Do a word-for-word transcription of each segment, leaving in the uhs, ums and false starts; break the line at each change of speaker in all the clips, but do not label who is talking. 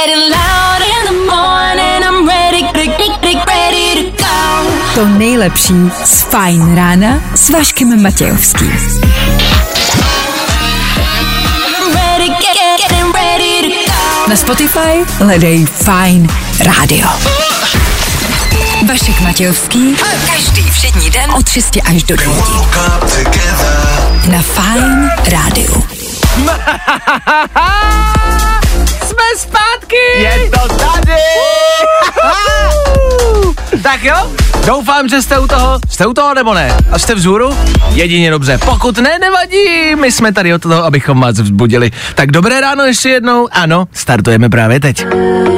To nejlepší z Fajn rána s Vaškem Matějovským. Na Spotify hledej Fajn rádio. Vašek Matějovský každý všední den od šesti až do devíti. Na Fajn rádiu.
Jsme zpátky!
Je to tady!
Tak jo, doufám, že jste u toho. Jste u toho nebo ne? A jste vzhůru? Jedině dobře. Pokud ne, nevadí. My jsme tady od toho, abychom vás vzbudili. Tak dobré ráno ještě jednou. Ano, startujeme právě teď.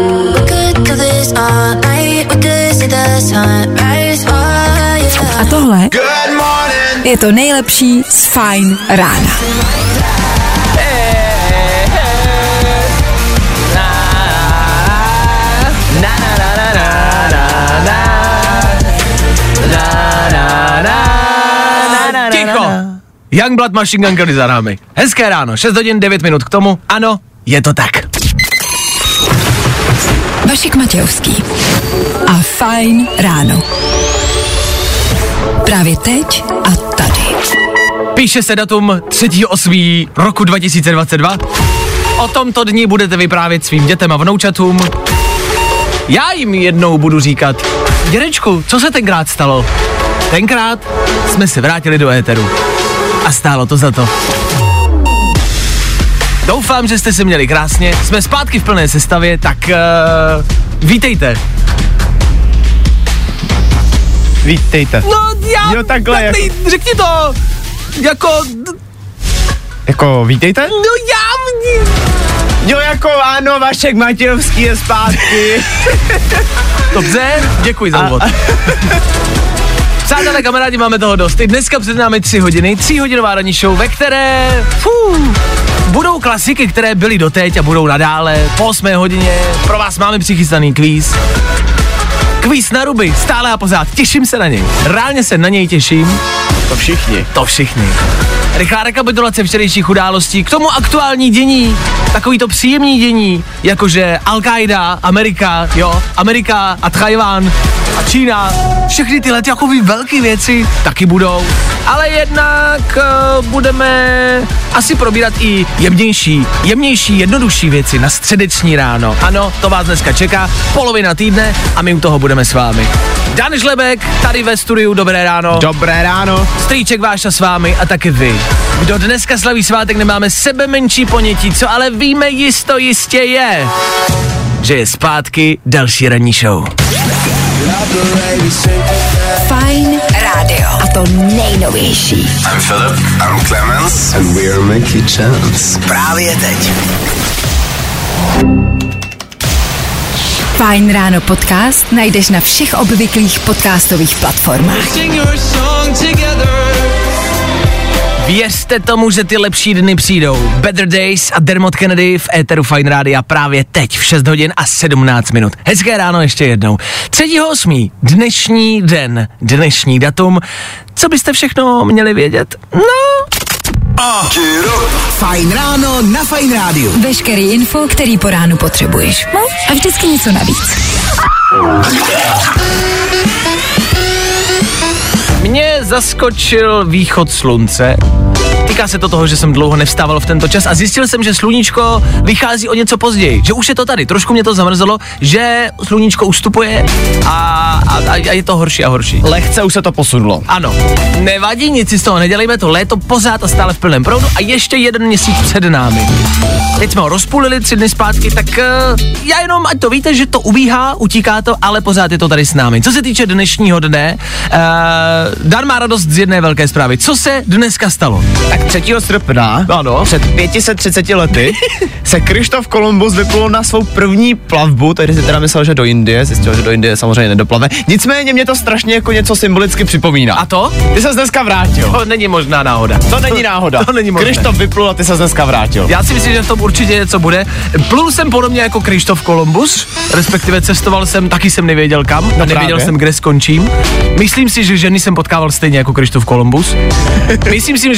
A tohle je to nejlepší z Fajn rána.
Ticho! Youngblood Machine Gun Kelly za námi. Hezké ráno, šest hodin devět minut k tomu. Ano, je to tak.
Vašek Matějovský a Fajn ráno. Právě teď a tady.
Píše se datum třetího osmého roku dva tisíce dvacet dva. O tomto dni budete vyprávět svým dětem a vnoučatům. Já jim jednou budu říkat: dědečku, co se tenkrát stalo? Tenkrát jsme se vrátili do éteru. A stálo to za to. Doufám, že jste se měli krásně. Jsme zpátky v plné sestavě, tak uh, vítejte.
Vítejte.
No já...
Jo, takhle.
Tak,
Jak...
řekni to. Jako...
Jako vítejte?
No já...
Jo, jako ano, Vašek Matějovský je zpátky.
Dobře, děkuji za úvod. Přátelé, kamarádi, máme toho dost. I dneska před námi tři hodiny, tříhodinová ranní show, ve které fů, budou klasiky, které byly doteď a budou nadále. Po osmé hodině pro vás máme přichystaný kvíz. Kvíz na ruby, stále a pořád. Těším se na něj. Reálně se na něj těším.
To všichni.
To všichni. Rychlá rekapitulace včerejších událostí, k tomu aktuální dění, takový to příjemný dění, jakože Al-Qaida, Amerika, jo, Amerika a Tchajván a Čína, všechny tyhle takový velké věci taky budou, ale jednak uh, budeme asi probírat i jemnější, jemnější, jednodušší věci na středeční ráno. Ano, to vás dneska čeká, polovina týdne a my u toho budeme s vámi. Dan Žlebek, tady ve studiu, dobré ráno.
Dobré ráno.
Strýček Váša s vámi a taky vy. Kdo dneska slaví svátek, nemáme sebe menší ponětí, co ale víme jisto jistě je, že je zpátky další ranní show.
Fajn rádio. A to nejnovější.
I'm Philip. I'm Clemens. And we're Mickey Chance. Právě teď.
Fajn ráno podcast najdeš na všech obvyklých podcastových platformách.
Věřte tomu, že ty lepší dny přijdou. Better Days a Dermot Kennedy v éteru Fajn rádia právě teď v šest hodin a sedmnáct minut. Hezké ráno ještě jednou. třetího osmého dnešní den, dnešní datum. Co byste všechno měli vědět? No...
Oh. Fajn ráno na Fajn rádiu.
Veškerý info, který po ránu potřebuješ. No? A vždycky něco navíc.
Mě zaskočil východ slunce. Týká se to toho, že jsem dlouho nevstával v tento čas a zjistil jsem, že sluníčko vychází o něco později, že už je to tady. Trošku mě to zamrzelo, že sluníčko ustupuje a, a, a je to horší a horší.
Lehce už se to posunulo.
Ano, nevadí, nic si z toho nedělejme, to léto pořád a stále v plném proudu a ještě jeden měsíc před námi. Teď jsme ho rozpůlili tři dny zpátky, tak uh, já jenom, ať to víte, že to ubíhá, utíká to, ale pořád je to tady s námi. Co se týče dnešního dne, uh, Dan má radost z jedné velké zprávy. Co se dneska stalo?
Tak třetího srpna,
ano,
před pět set třiceti lety se Krištof Kolumbus vyplul na svou první plavbu, tedy si teda myslel, že do Indie, zjistil, že do Indie samozřejmě nedoplave. Nicméně mě to strašně jako něco symbolicky připomíná.
A to?
Ty ses dneska vrátil.
To není možná náhoda.
To není náhoda.
To není možné.
Krištof vyplul a ty ses dneska vrátil.
Já si myslím, že v tom určitě něco bude. Plul jsem podobně jako Krištof Kolumbus, respektive cestoval jsem, taky jsem nevěděl kam, no a nevěděl
právě.
jsem, kde skončím. Myslím si, že ženy jsem potkával stejně jako Krištof Kolumbus. Myslím si, že jsem možná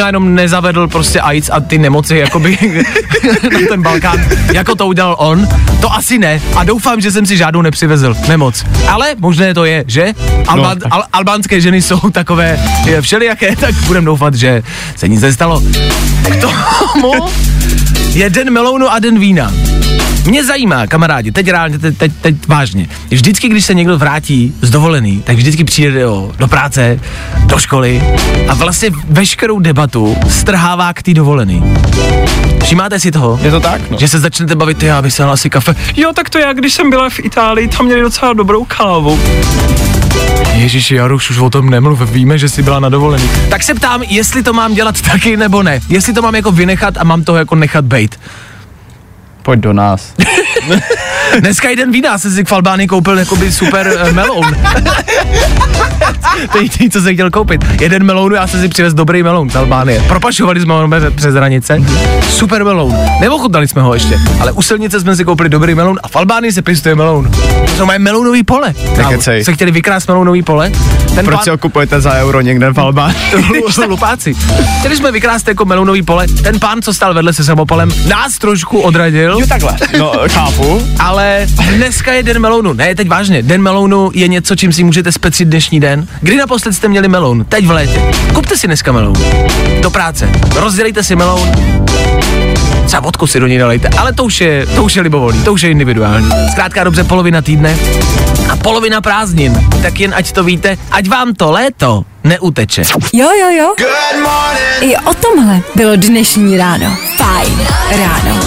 jenom nezavedl prostě AIDS a ty nemoci jakoby na ten Balkán, jako to udělal on, to asi ne a doufám, že jsem si žádnou nepřivezl, nemoc. Ale možné to je, že? Albán, no. al, albánské ženy jsou takové je, všelijaké, tak budem doufat, že se nic nestalo. K tomu je den melounu a den vína. Mě zajímá, kamarádi, teď reálně, teď, teď, teď vážně. Vždycky, když se někdo vrátí z dovolený, tak vždycky přijde do, do práce, do školy a vlastně veškerou debatu strhává k té dovolený. Všimáte si toho?
Je to tak? No.
Že se začnete bavit, já bych si dala asi kafe. Jo, tak to já, když jsem byla v Itálii, tam měli docela dobrou kávu. Ježiši, Jaruš, už o tom nemluv, víme, že jsi byla na dovolený. Tak se ptám, jestli to mám dělat taky nebo ne. Jestli to mám jako vynechat a mám to jako nechat bejt.
Pojď do nás.
Dneska jeden vína, jsem si k Albánii koupil jakoby super uh, meloun. To je jediný, co jsem chtěl koupit. Jeden meloun, já jsem si přivez dobrý meloun z Albánie. Propašovali jsme ho přes hranice. Super meloun. Neochutnali jsme ho ještě, ale u silnice jsme si koupili dobrý meloun a v Albánii se pěstuje meloun. To mají melounový pole.
Nekecej.
Se chtěli vykrást melounový pole.
Ten Proč pán... si ho kupujete za euro někde v Albánii?
Lupáci. Chtěli jsme vykrást jako melounový pole. Ten pán, co stál vedle se samopalem, nás trošku odradil.
Jo, takhle. No, chápu.
Ale dneska je den melounu. Ne, teď vážně. Den melounu je něco, čím si můžete specit dnešní den. Kdy naposled jste měli meloun? Teď v létě. Kupte si dneska meloun. Do práce. Rozdělejte si meloun. Třeba vodku si do něj dalejte. Ale to už je, to už je libovolný, to už je individuální. Zkrátka dobře, polovina týdne a polovina prázdnin. Tak jen ať to víte, ať vám to léto neuteče.
Jo, jo, jo. I o tomhle bylo dnešní ráno. Fajn ráno.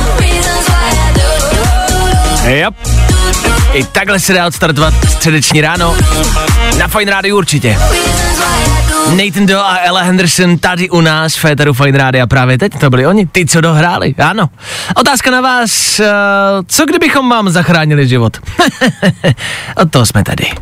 Yep. I takhle se dá odstartovat středeční ráno. Na Fine Rádiu určitě. Nathan Doe a Ella Henderson tady u nás v Féteru Fine Rádia právě teď, to byli oni, ty, co dohráli, ano. Otázka na vás, uh, co kdybychom vám zachránili život? Od toho jsme tady.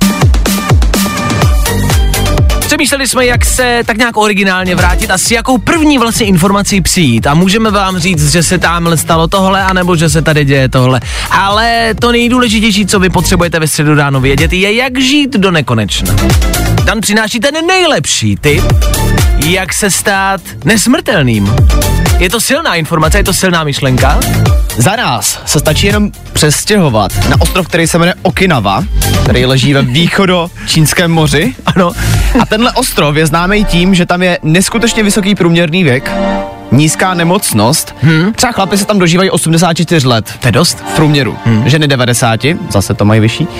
Přemýšleli jsme, jak se tak nějak originálně vrátit a s jakou první vlastně informací přijít a můžeme vám říct, že se tamhle stalo tohle, anebo že se tady děje tohle. Ale to nejdůležitější, co vy potřebujete ve středu ráno vědět, je, jak žít do nekonečna. Dan přináší ten nejlepší tip, jak se stát nesmrtelným. Je to silná informace, je to silná myšlenka.
Za nás se stačí jenom přestěhovat na ostrov, který se jmenuje Okinawa, který leží ve východo-čínském moři.
Ano.
A tenhle ostrov je známý tím, že tam je neskutečně vysoký průměrný věk, nízká nemocnost. Hmm. Třeba chlapi se tam dožívají osmdesát čtyři let.
To je dost.
V průměru. Hmm. Ženy devadesát, zase to mají vyšší.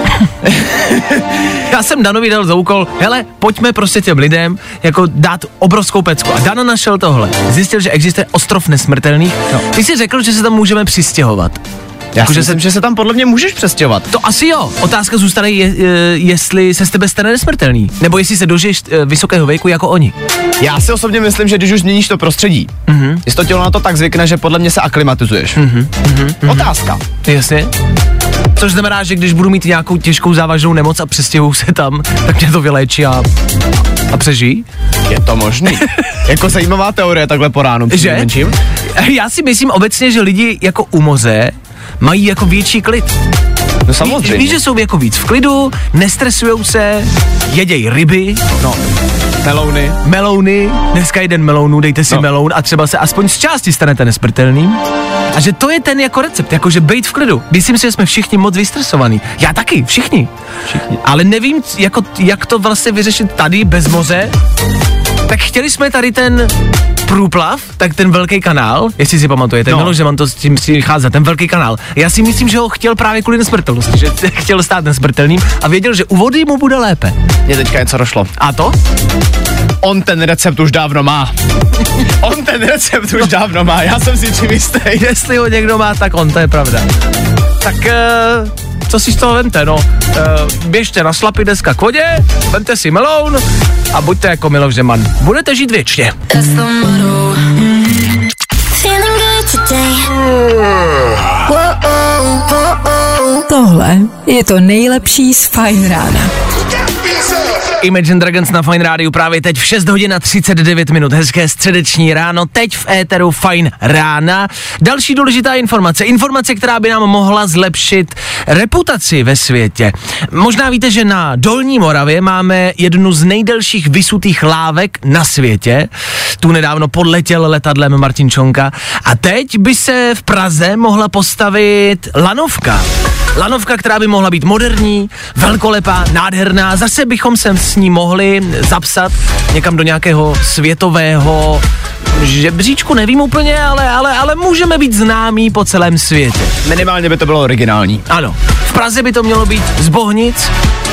Já jsem Danovi dal za úkol, hele, pojďme prostě těm lidem jako dát obrovskou pecku. A Dan našel tohle. Zjistil, že existuje ostrov nesmrtelných. No. Ty jsi řekl, že se tam můžeme přistěhovat.
Já jako, si myslím, se, že se tam podle mě můžeš přestěhovat.
To asi jo. Otázka zůstane, je, je, jestli se z tebe stane nesmrtelný. Nebo jestli se dožiješ e, vysokého věku jako oni.
Já si osobně myslím, že když už změníš to prostředí, mm-hmm. jestli to tělo na to tak zvykne, že podle mě se aklimatizuješ. Mm-hmm. Mm-hmm. Otázka.
Jasně. Což znamená, že když budu mít nějakou těžkou závažnou nemoc a přestěhuju se tam, tak mě to vyléčí a, a přežijí.
Je to možný. Jako zajímavá teorie takhle po ránu.
Že? Menším. Já si myslím obecně, že lidi jako u moře mají jako větší klid.
No samozřejmě.
Víš, že jsou jako víc v klidu, nestresujou se, jeděj ryby,
no, melouny.
Melouny, dneska jeden melounu, dejte si no. meloun a třeba se aspoň z části stanete nesmrtelným. A že to je ten jako recept, jakože bejt v klidu. Myslím si, že jsme všichni moc vystresovaní. Já taky, všichni. všichni. Ale nevím, jako, jak to vlastně vyřešit tady bez moře. Tak chtěli jsme tady ten průplav, tak ten velký kanál, jestli si pamatujete, no. Miloš, že mám to s tím přicházet, ten velký kanál. Já si myslím, že ho chtěl právě kvůli nesmrtelnosti, že chtěl stát nesmrtelným a věděl, že u vody mu bude lépe.
Mně teďka něco došlo.
A to?
On ten recept už dávno má. On ten recept už dávno má, já jsem si čím jistý.
Jestli ho někdo má, tak on, to je pravda. Tak uh, co si z toho vemte, no. Uh, běžte na slapy dneska k vodě, vemte si meloun a buďte jako Miloš Zeman. Budete žít věčně.
Tohle je to nejlepší z Fajn rána.
Imagine Dragons na Fine Rádiu právě teď v šest hodin a třicet devět minut. Hezké středeční ráno, teď v éteru Fine rána. Další důležitá informace. Informace, která by nám mohla zlepšit reputaci ve světě. Možná víte, že na Dolní Moravě máme jednu z nejdelších vysutých lávek na světě. Tu nedávno podletěl letadlem Martin Čonka. A teď by se v Praze mohla postavit lanovka. Lanovka, která by mohla být moderní, velkolepá, nádherná. Zase bychom se s ní mohli zapsat někam do nějakého světového žebříčku, nevím úplně, ale, ale, ale můžeme být známí po celém světě.
Minimálně by to bylo originální.
Ano. V Praze by to mělo být z Bohnic.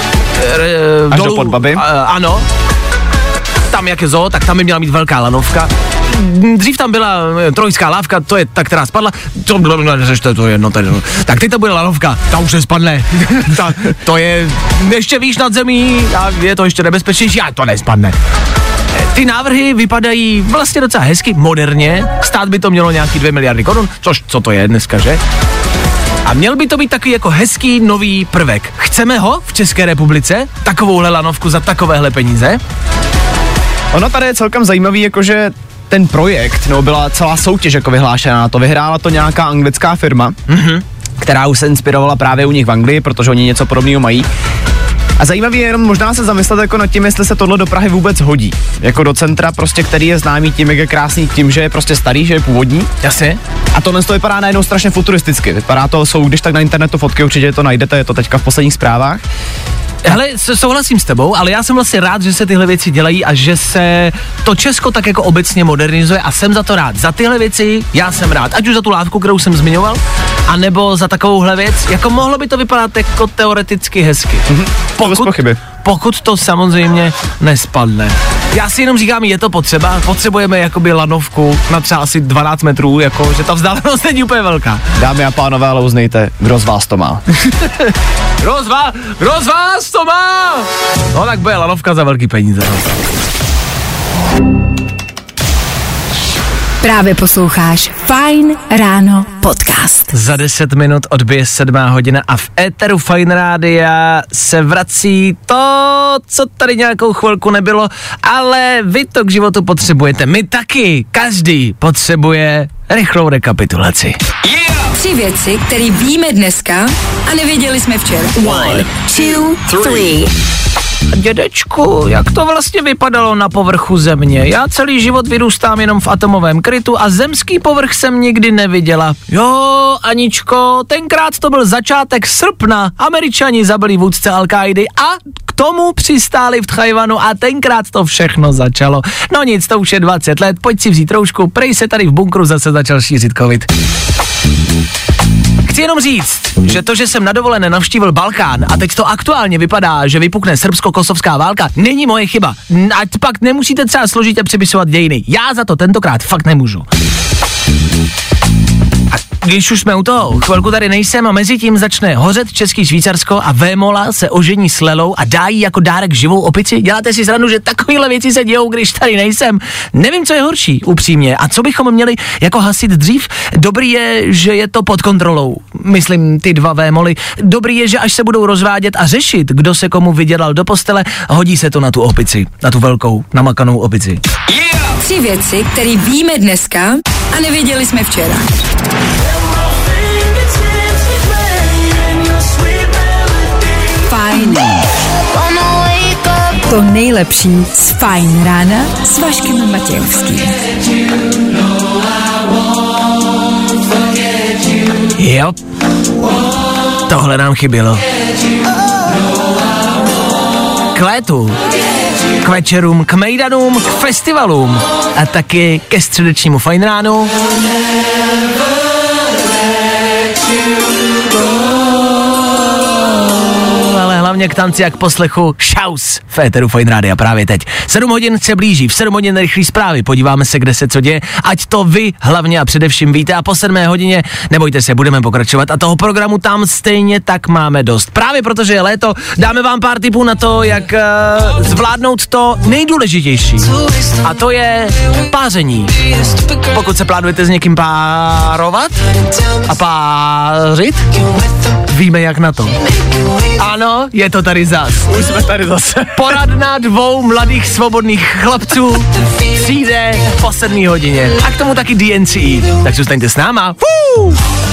E,
Až
dolů,
do Podbaby.
A, ano. Tam jak je zoo, tak tam by měla být velká lanovka. Dřív tam byla trojská lávka, to je ta, která spadla. To, to, to je jedno tady. Tak teď to bude lanovka, ta už se spadne. ta, to je ještě výš nad zemí a je to ještě nebezpečnější, a to nespadne. Ty návrhy vypadají vlastně docela hezky, moderně. Stát by to mělo nějaký dvě miliardy korun, což co to je dneska, že? A měl by to být takový jako hezký nový prvek. Chceme ho v České republice? Takovouhle lanovku za takovéhle peníze?
Ono tady je celkem zajímavý, jakože ten projekt, nebo byla celá soutěž jako vyhlášená na to, vyhrála to nějaká anglická firma, mm-hmm. která už se inspirovala právě u nich v Anglii, protože oni něco podobného mají. A zajímavý je jenom možná se zamyslet jako nad tím, jestli se tohle do Prahy vůbec hodí. Jako do centra prostě, který je známý tím, jak je krásný, tím, že je prostě starý, že je původní.
Jasně.
A tohle to vypadá najednou strašně futuristicky. Vypadá to, jsou když tak na internetu fotky, určitě to najdete, je to teďka v posledních zprávách.
Hele, souhlasím s tebou, ale já jsem vlastně rád, že se tyhle věci dělají a že se to Česko tak jako obecně modernizuje a jsem za to rád. Za tyhle věci já jsem rád, ať už za tu lávku, kterou jsem zmiňoval, anebo za takovouhle věc, jako mohlo by to vypadat jako teoreticky hezky.
Mm-hmm. Pokud,
pokud to samozřejmě nespadne. Já si jenom říkám, je to potřeba, potřebujeme jakoby lanovku na třeba asi dvanáct metrů, jako, že ta vzdálenost není úplně velká.
Dámy a pánové, ale uznejte, kdo z vás to má.
Kdo z vás, kdo z vás to má? No tak bude lanovka za velký peníze. No.
Právě posloucháš Fine ráno podcast.
Za deset minut odbije sedmá hodina a v éteru Fine Rádia se vrací to, co tady nějakou chvilku nebylo, ale vy to k životu potřebujete. My taky, každý potřebuje rychlou rekapitulaci.
Yeah! Tři věci, které víme dneska a nevěděli jsme včera. One, two, three.
Dědečku, jak to vlastně vypadalo na povrchu země? Já celý život vyrůstám jenom v atomovém krytu a zemský povrch jsem nikdy neviděla. Jo, Aničko, tenkrát to byl začátek srpna. Američani zabili vůdce Al-Kaidy a k tomu přistáli v Tchajvanu a tenkrát to všechno začalo. No nic, to už je dvacet let, pojď si vzít roušku, prej se tady v bunkru zase začal šířit covid. Chci jenom říct, že to, že jsem na dovolené navštívil Balkán a teď to aktuálně vypadá, že vypukne srbsko-kosovská válka, není moje chyba. Ať pak nemusíte třeba složitě přepisovat dějiny. Já za to tentokrát fakt nemůžu. A když už jsme u toho, chvilku tady nejsem a mezi tím začne hořet Český Švýcarsko a Vémola se ožení s Lelou a dá jí jako dárek živou opici. Děláte si srandu, že takovýhle věci se dějou, když tady nejsem. Nevím, co je horší, upřímně. A co bychom měli jako hasit dřív? Dobrý je, že je to pod kontrolou. Myslím, ty dva Vémoly. Dobrý je, že až se budou rozvádět a řešit, kdo se komu vydělal do postele, hodí se to na tu opici. Na tu velkou, namakanou opici.
Yeah! Tři věci, které víme dneska a nevěděli jsme včera. Fajn. To nejlepší z Fajn rána s Vaškem Matějovským.
Jo, tohle nám chybělo. K létu, k večerům, k mejdanům, k festivalům a taky ke středečnímu Fajn ránu. Ale hlavně k tanci a k poslechu šaus v éteru Fajn rádia právě teď. sedm hodin se blíží, v sedm hodin rychlý zprávy, podíváme se, kde se co děje, ať to vy hlavně a především víte a po sedmé hodině, nebojte se, budeme pokračovat a toho programu tam stejně tak máme dost. Právě protože je léto, dáme vám pár tipů na to, jak uh, zvládnout to nejdůležitější a to je páření. Pokud se plánujete s někým párovat a pářit, víme jak na to. Ano, je to to tady zas.
Už jsme tady zase.
Poradna dvou mladých svobodných chlapců přijde po sedmé hodině. A k tomu taky D N C E. Tak zůstaňte s náma. Fuu!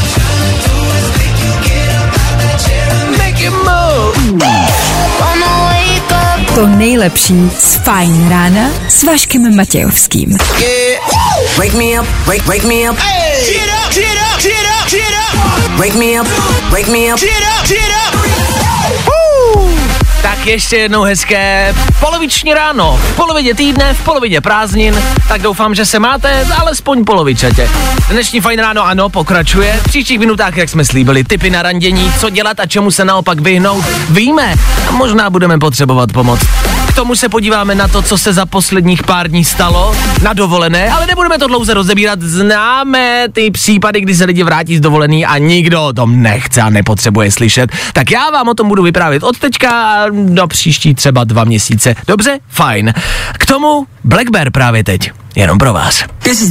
Make it move.
To nejlepší z Fajn rána s Vaškem Matějovským.
Wake me up, wake, wake me up. Hey. Get up, get up, get up, get up. Wake me up, wake me up. Get up, get up.
Tak ještě jednou hezké poloviční ráno, v polovině týdne, v polovině prázdnin, tak doufám, že se máte alespoň polovičatě. Dnešní Fajn ráno ano, pokračuje, v příštích minutách, jak jsme slíbili, tipy na randění, co dělat a čemu se naopak vyhnout, víme a možná budeme potřebovat pomoc. K tomu se podíváme na to, co se za posledních pár dní stalo na dovolené, ale nebudeme to dlouze rozebírat, známe ty případy, kdy se lidi vrátí z dovolený a nikdo o tom nechce a nepotřebuje slyšet, tak já vám o tom budu vyprávět od teďka do příští třeba dva měsíce. Dobře? Fajn. K tomu Black Bear právě teď. Jenom pro vás.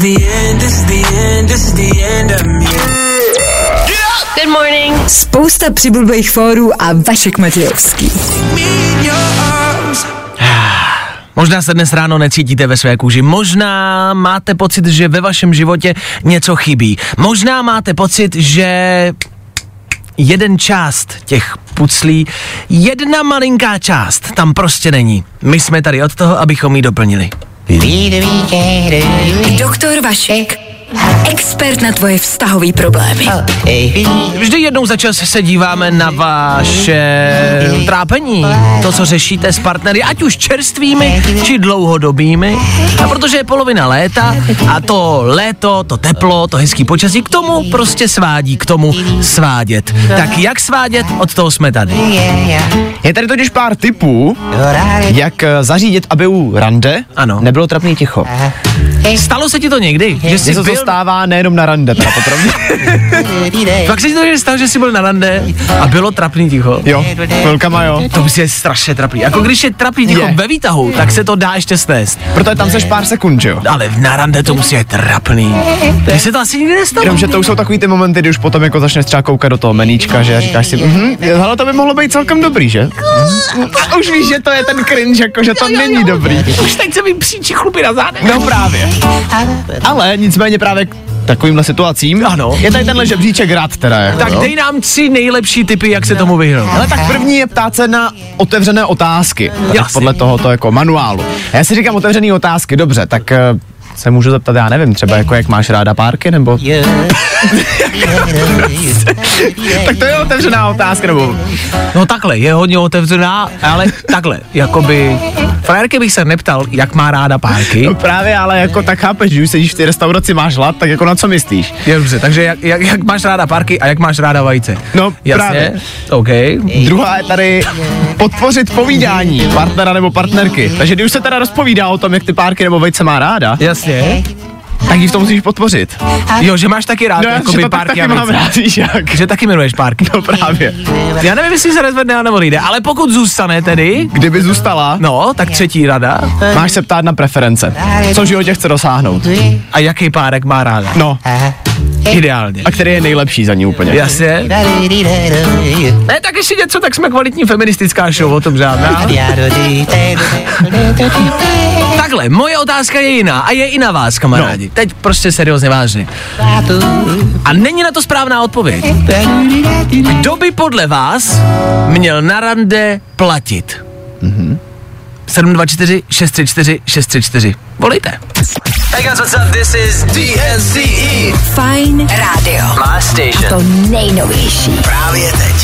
Good morning. Spousta přibulbých fórů a Vašek Matějovský.
Možná se dnes ráno necítíte ve své kůži, možná máte pocit, že ve vašem životě něco chybí, možná máte pocit, že jeden část těch puclí, jedna malinká část tam prostě není. My jsme tady od toho, abychom ji doplnili.
Doktor Vašek. Expert na tvoje vztahové problémy.
Vždy jednou za čas se díváme na vaše trápení, to, co řešíte s partnery, ať už čerstvými, či dlouhodobými. A protože je polovina léta a to léto, to teplo, to hezký počasí, k tomu prostě svádí, k tomu svádět. Tak jak svádět, od toho jsme tady.
Je tady totiž pár tipů, jak zařídit, aby u rande
ano.
nebylo trapný ticho.
Stalo se ti to někdy? Že jsi
Něco
byl...
to stává nejenom na rande, teda potravně.
Fakt se ti to stalo, že jsi byl na rande a bylo trapný ticho?
Jo, chvilkama jo.
To musí je strašně trapný. Jako když je trapný ticho
je.
ve výtahu, tak se to dá ještě snést.
Protože tam seš pár sekund, že jo?
Ale na rande to musí být trapný. Mně se to asi nikdy nestalo.
Jenomže to už jsou takový ty momenty, kdy už potom jako začneš třeba koukat do toho meníčka, že říkáš si, mhm, hele, to by mohlo být celkem dobrý, že? A už víš, že to je ten cringe, jako že to jo, jo, není jo. dobrý.
Už teď se mi příčí chlupy na zádech.
No právě. Ale nicméně právě k takovýmhle situacím
ano.
je tady tenhle žebříček rad teda. Jako,
tak
jo?
dej nám tři nejlepší tipy, jak se tomu vyhnout.
Ale tak první je ptát se na otevřené otázky. Tak podle tohoto jako manuálu. A já si říkám otevřené otázky, dobře, tak uh, se můžu zeptat, já nevím, třeba jako jak máš ráda párky, nebo... Tak to je otevřená otázka, nebo...
No takhle, je hodně otevřená, ale takhle, jakoby... Frajerky bych se neptal, jak má ráda párky.
No právě, ale jako tak chápeš, že už sedíš v té restauraci, máš hlad, tak jako na co myslíš?
Je dobře, takže jak, jak, jak máš ráda párky a jak máš ráda vajce?
No
jasně,
právě.
OK.
Druhá je tady podpořit povídání partnera nebo partnerky. Takže když už se teda rozpovídá o tom, jak ty párky nebo vejce má ráda,
jasně,
tak ji v tom musíš podpořit.
Jo, že máš taky rád,
no,
jakoby párky
taky
a
mám rád, víš jak.
Že taky miluješ párky.
No právě.
Já nevím, jestli se rozvedne nebo nejde, ale pokud zůstane tedy...
Kdyby zůstala,
no, tak třetí rada.
Máš se ptát na preference. Co v životě chce dosáhnout.
A jaký párek má ráda.
No.
Ideálně.
A který je nejlepší za ní úplně.
Jasně. Ne, tak ještě něco, tak jsme kvalitní feministická show, o tom žádná. Takhle, moje otázka je jiná a je i na vás, kamarádi. No. Teď prostě seriózně vážně. A není na to správná odpověď. Kdo by podle vás měl na rande platit? Mhm. sedm dva čtyři šest tři čtyři šest tři čtyři. Volejte.
Hey guys, what's up? This is D N C E.
Fajn rádio.
My station.
A to nejnovější.
Právě teď.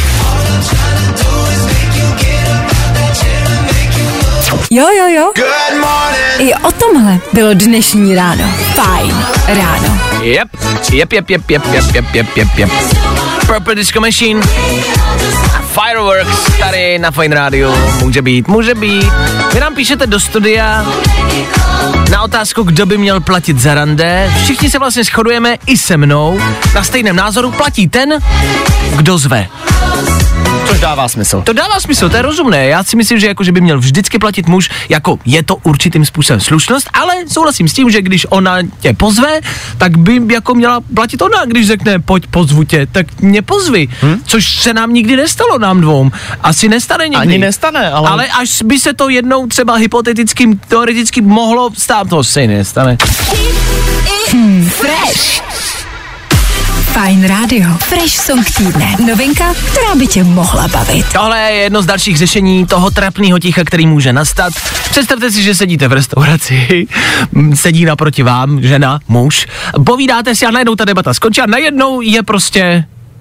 Jo, jo, jo.
Good morning.
I o tomhle bylo dnešní ráno. Fajn ráno.
Yep, yep, yep, yep, yep, yep, yep, yep, yep, yep. Purple Disco Machine. Fireworks tady na Fajn rádiu. Může být, může být. Vy nám píšete do studia na otázku, kdo by měl platit za rande. Všichni se vlastně shodujeme i se mnou na stejném názoru. Platí ten, kdo zve.
Což dává smysl.
To dává smysl, to je rozumné. Já si myslím, že, jako, že by měl vždycky platit muž, jako je to určitým způsobem slušnost, ale souhlasím s tím, že když ona tě pozve, tak by jako měla platit ona, když řekne pojď pozvu tě, tak mě pozvi. Hmm? Což se nám nikdy nestalo, nám dvou. Asi nestane nikdy.
Ani nestane, ale...
Ale až by se to jednou třeba hypoteticky, teoreticky mohlo stát, to se nestane.
Hmm, fresh. Fajn rádio. Fresh song týdne. Novinka, která by tě mohla bavit.
Tohle je jedno z dalších řešení toho trapného ticha, který může nastat. Představte si, že sedíte v restauraci, sedí naproti vám žena, muž, povídáte si a najednou ta debata skončí a najednou je prostě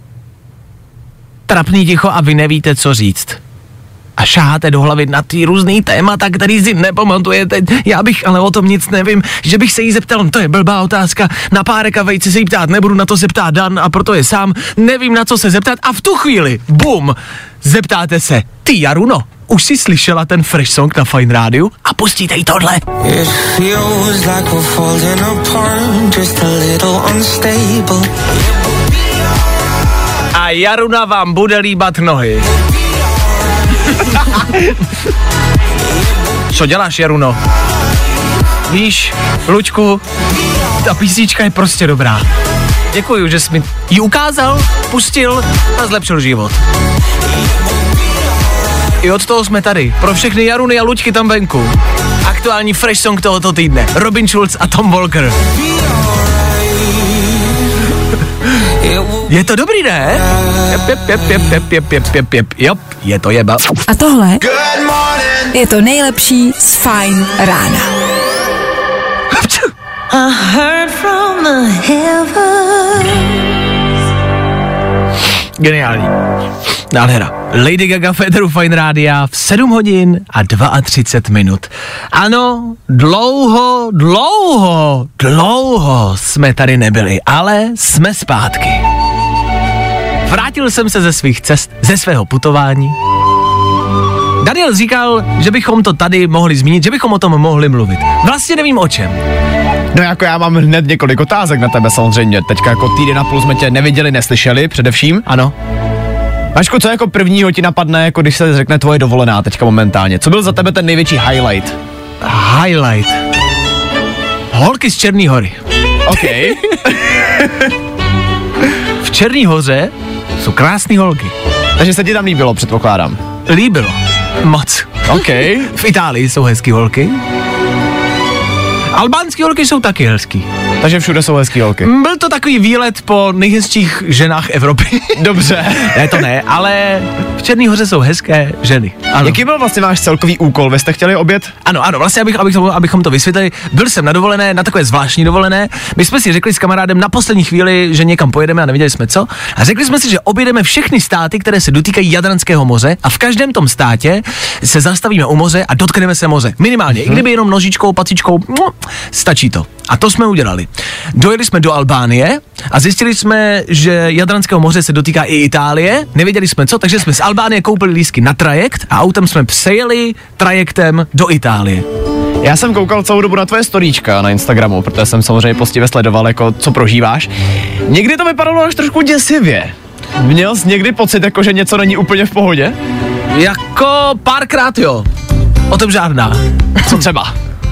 trapný ticho a vy nevíte, co říct. A šáháte do hlavy na ty různý témata, který si nepamatujete. Já bych ale o tom nic nevím, že bych se jí zeptal, no to je blbá otázka, na párek a vejci se jí ptát nebudu, na to se ptá Dan a proto je sám, nevím na co se zeptat a v tu chvíli, bum, zeptáte se, ty Jaruno, už jsi slyšela ten Fresh Song na Fajn rádiu a pustíte jí tohle. A Jaruna vám bude líbat nohy. Co děláš, Jaruno? Víš, Luďku, ta písnička je prostě dobrá. Děkuju, že jsi mi ji ukázal, pustil a zlepšil život. I od toho jsme tady. Pro všechny Jaruny a Luďky tam venku. Aktuální Fresh Song tohoto týdne. Robin Schulz a Tom Walker. Je to dobrý, ne? Jep, jep, jep, jep, jep, jep, jep, jep, jep, jep, je to jeba.
A tohle je to nejlepší z Fajn rána. I heard from the heavens.
Geniální. Nádhera. Lady Gaga v éteru Fajn rádia v sedm hodin a třicet dva minut. Ano, dlouho, dlouho, dlouho jsme tady nebyli, ale jsme zpátky. Vrátil jsem se ze svých cest, ze svého putování. Daniel říkal, že bychom to tady mohli zmínit, že bychom o tom mohli mluvit. Vlastně nevím o čem.
No jako já mám hned několik otázek na tebe samozřejmě. Teďka jako týden a půl jsme tě neviděli, neslyšeli především.
Ano.
Vašku, co jako prvního ti napadne, jako když se řekne tvoje dovolená teďka momentálně? Co byl za tebe ten největší highlight?
Highlight. Holky z Černý Hory.
OK.
V Černý Hoře jsou krásný holky.
Takže se ti tam líbilo, předpokládám.
Líbilo. Moc.
OK.
V Itálii jsou hezký holky. Albánský holky jsou taky hezký.
Takže všude jsou hezký holky.
Byl to takový výlet po nejhezčích ženách Evropy.
Dobře.
Ne, to ne, ale v Černý Hoře jsou hezké ženy. Ano.
Jaký byl vlastně váš celkový úkol? Vy jste chtěli obět?
Ano, ano, vlastně abych, abych, abychom to vysvětlili. Byl jsem na dovolené, na takové zvláštní dovolené. My jsme si řekli s kamarádem na poslední chvíli, že někam pojedeme a nevěděli jsme co. A řekli jsme si, že objedeme všechny státy, které se dotýkají Jadranského moře a v každém tom státě se zastavíme u moře a dotkneme se moře. Minimálně, hmm. i kdyby jenom nožičkou, pacičkou, stačí to. A to jsme udělali. Dojeli jsme do Albánie a zjistili jsme, že Jadranského moře se dotýká i Itálie. Nevěděli jsme co, takže jsme z Albánie koupili lístky na trajekt a autem jsme přejeli trajektem do Itálie.
Já jsem koukal celou dobu na tvoje storíčka na Instagramu, protože jsem samozřejmě postivě sledoval, jako co prožíváš. Někdy to vypadalo až trošku děsivě. Měl jsi někdy pocit, jako že něco není úplně v pohodě?
Jako párkrát jo. O tom žádná.
Co třeba?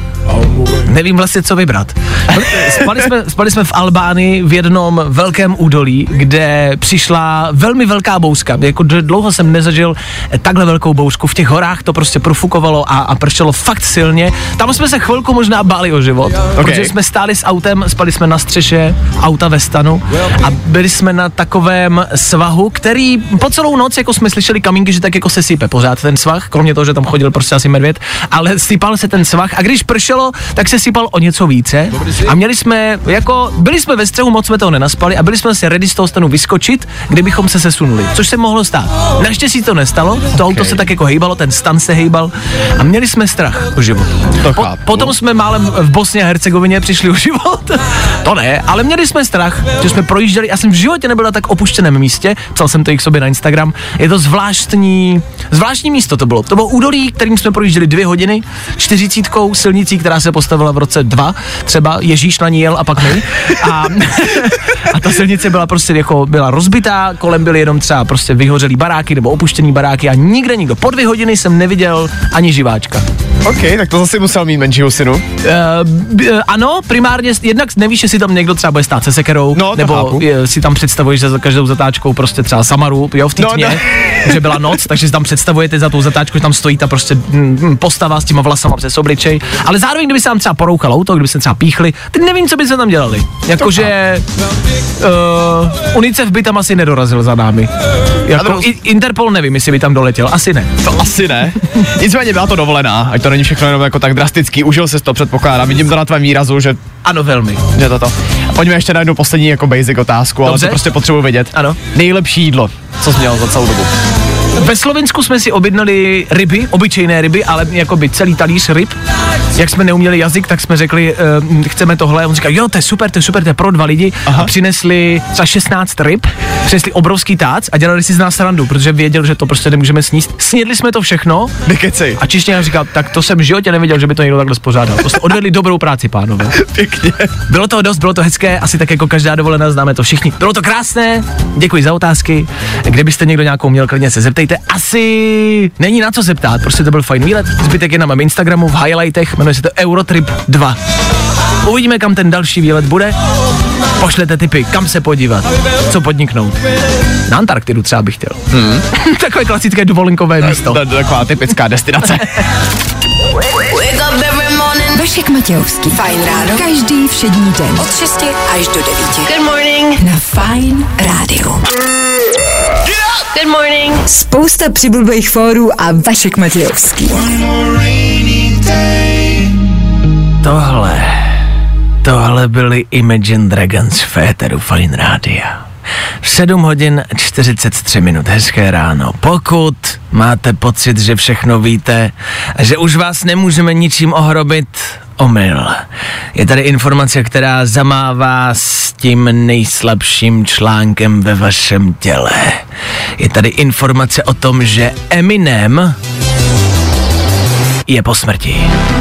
Nevím vlastně, co vybrat. Spali jsme, spali jsme v Albánii v jednom velkém údolí, kde přišla velmi velká bouřka. Jako dlouho jsem nezažil takhle velkou bouřku. V těch horách to prostě profukovalo a, a pršelo fakt silně. Tam jsme se chvilku možná báli o život, okay. Protože jsme stáli s autem, spali jsme na střeše auta ve stanu a byli jsme na takovém svahu, který po celou noc jako jsme slyšeli kamínky, že tak jako se sype pořád ten svah, kromě toho, že tam chodil prostě asi medvěd, ale sypal se ten svah a když pršelo, tak se sypal o něco více a měli jsme, jako, byli jsme ve střehu, moc jsme toho nenaspali a byli jsme se ready z toho stanu vyskočit, kdybychom se sesunuli, což se mohlo stát. Naštěstí to nestalo, to auto se tak jako hejbalo, ten stan se hejbal a měli jsme strach o život. Po, potom jsme málem v Bosně a Hercegovině přišli o život, to ne, ale měli jsme strach, že jsme projížděli, já jsem v životě nebyl na tak opuštěném místě, psal jsem to i k sobě na Instagram, je to zvláštní, zvláštní místo to bylo, to bylo údolí, kterým jsme projížděli dvě hodiny, čtyřicítkou, silnicí, která se postavila v roce dva, třeba Ježíš na ní jel a pak my. A, a ta silnice byla prostě jako, byla rozbitá, kolem byly jenom třeba prostě vyhořelý baráky nebo opuštěný baráky a nikde nikdo. Po dvě hodiny jsem neviděl ani živáčka.
OK, tak to zase musel mít menšího synu. Uh,
b, uh, ano, primárně, jednak nevíš, jestli tam někdo třeba bude stát se sekerou,
no,
nebo je, si tam představuješ za každou zatáčkou prostě třeba Samaru, jo, v té tmě, no, no. že byla noc, takže si tam představujete za tou zatáčkou, že tam stojí ta prostě mm, postava s těma vlasama přes obličej, ale zároveň, kdyby se tam třeba porouchal auto, kdyby se třeba píchli, teď nevím, co by se tam dělali. Jakože uh, UNICEF by tam asi nedorazil za námi. Jako i, Interpol nevím, jestli by tam doletěl, asi ne.
To asi ne. Nicméně byla to dovolená, ať to není všechno jenom jako tak drastický, užil se to, předpokládám, vidím to na tvém výrazu, že
ano, velmi.
Že toto. A pojďme ještě na jednu poslední jako basic otázku, Dobře. ale to prostě potřebuji vědět.
Ano.
Nejlepší jídlo, co jsi měl za celou dobu?
Ve Slovinsku jsme si objednali ryby, obyčejné ryby, ale jakoby celý talíř ryb. Jak jsme neuměli jazyk, tak jsme řekli, uh, chceme tohle. A on říkal, jo, to je super, to je super, to je pro dva lidi. Aha. A přinesli třeba šestnáct ryb, přinesli obrovský tác a dělali si z nás srandu, protože věděl, že to prostě nemůžeme sníst. Snědli jsme to všechno.
Nekecej.
A Číšťan říkal, tak to jsem v životě nevěděl, že by to někdo takhle spořádal. Prostě odvedli dobrou práci, pánové.
Pěkně.
Bylo to dost, bylo to hezké, asi tak jako každá dovolená, známe to všichni. Bylo to krásné, děkuji za otázky. Kdybyste někdo nějakou měl, klidně se zeptejte. Asi není na co zeptat, prostě to byl fajn výlet. Zbytek je na mém Instagramu v highlightech, jmenuje se to Eurotrip dva. Uvidíme, kam ten další výlet bude. Pošlete tipy, kam se podívat, co podniknout. Na Antarktidu třeba bych chtěl. Hmm. Takové klasické dovolenkové místo.
Taková typická destinace.
Vašek Matějovský.
Fajn ráno.
Každý všední den.
Od šesti až do devíti.
Good morning. Na Fajn rádiu.
Good morning.
Spousta přibulbých fórů a Vašek Matějovský.
Tohle, tohle byly Imagine Dragons v éteru Fajn rádia. sedm hodin čtyřicet tři minut, hezké ráno. Pokud máte pocit, že všechno víte a že už vás nemůžeme ničím ohrobit, omyl. Je tady informace, která zamává s tím nejslabším článkem ve vašem těle. Je tady informace o tom, že Eminem je po smrti.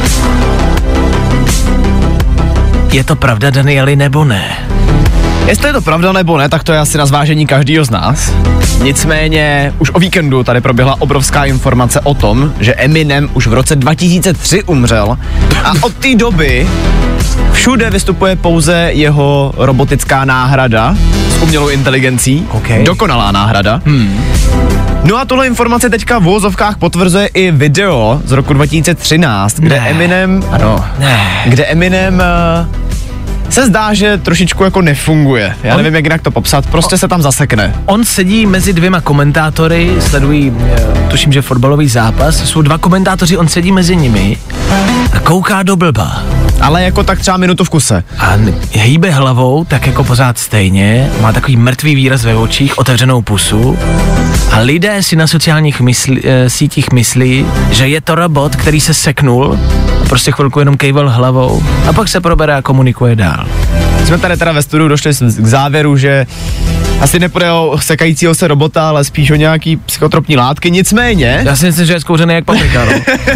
Je to pravda, Danieli, nebo ne?
Jestli je to pravda nebo ne, tak to je asi na zvážení každýho z nás. Nicméně už o víkendu tady proběhla obrovská informace o tom, že Eminem už v roce dva tisíce tři umřel a od té doby všude vystupuje pouze jeho robotická náhrada s umělou inteligencí.
Okay.
Dokonalá náhrada. Hmm. No a tuhle informace teďka v uvozovkách potvrzuje i video z roku dva tisíce třináct, kde
ne.
Eminem, ano,
ne.
kde Eminem uh, se zdá, že trošičku jako nefunguje. Já on, nevím, jak jinak to popsat, prostě on, se tam zasekne.
On sedí mezi dvěma komentátory, sledují, tuším, že fotbalový zápas, jsou dva komentátoři, on sedí mezi nimi a kouká do blba.
Ale jako tak třeba minutu v kuse.
A hýbe hlavou, tak jako pořád stejně, má takový mrtvý výraz ve očích, otevřenou pusu a lidé si na sociálních mysli, e, sítích myslí, že je to robot, který se seknul a prostě chvilku jenom kejval hlavou a pak se probere a komunikuje dál.
Jsme tady teda ve studiu došli k závěru, že asi nepůjde o sekajícího se robota, ale spíš o nějaký psychotropní látky, nicméně...
Já si myslím, že je zkouřený jak paprika, no.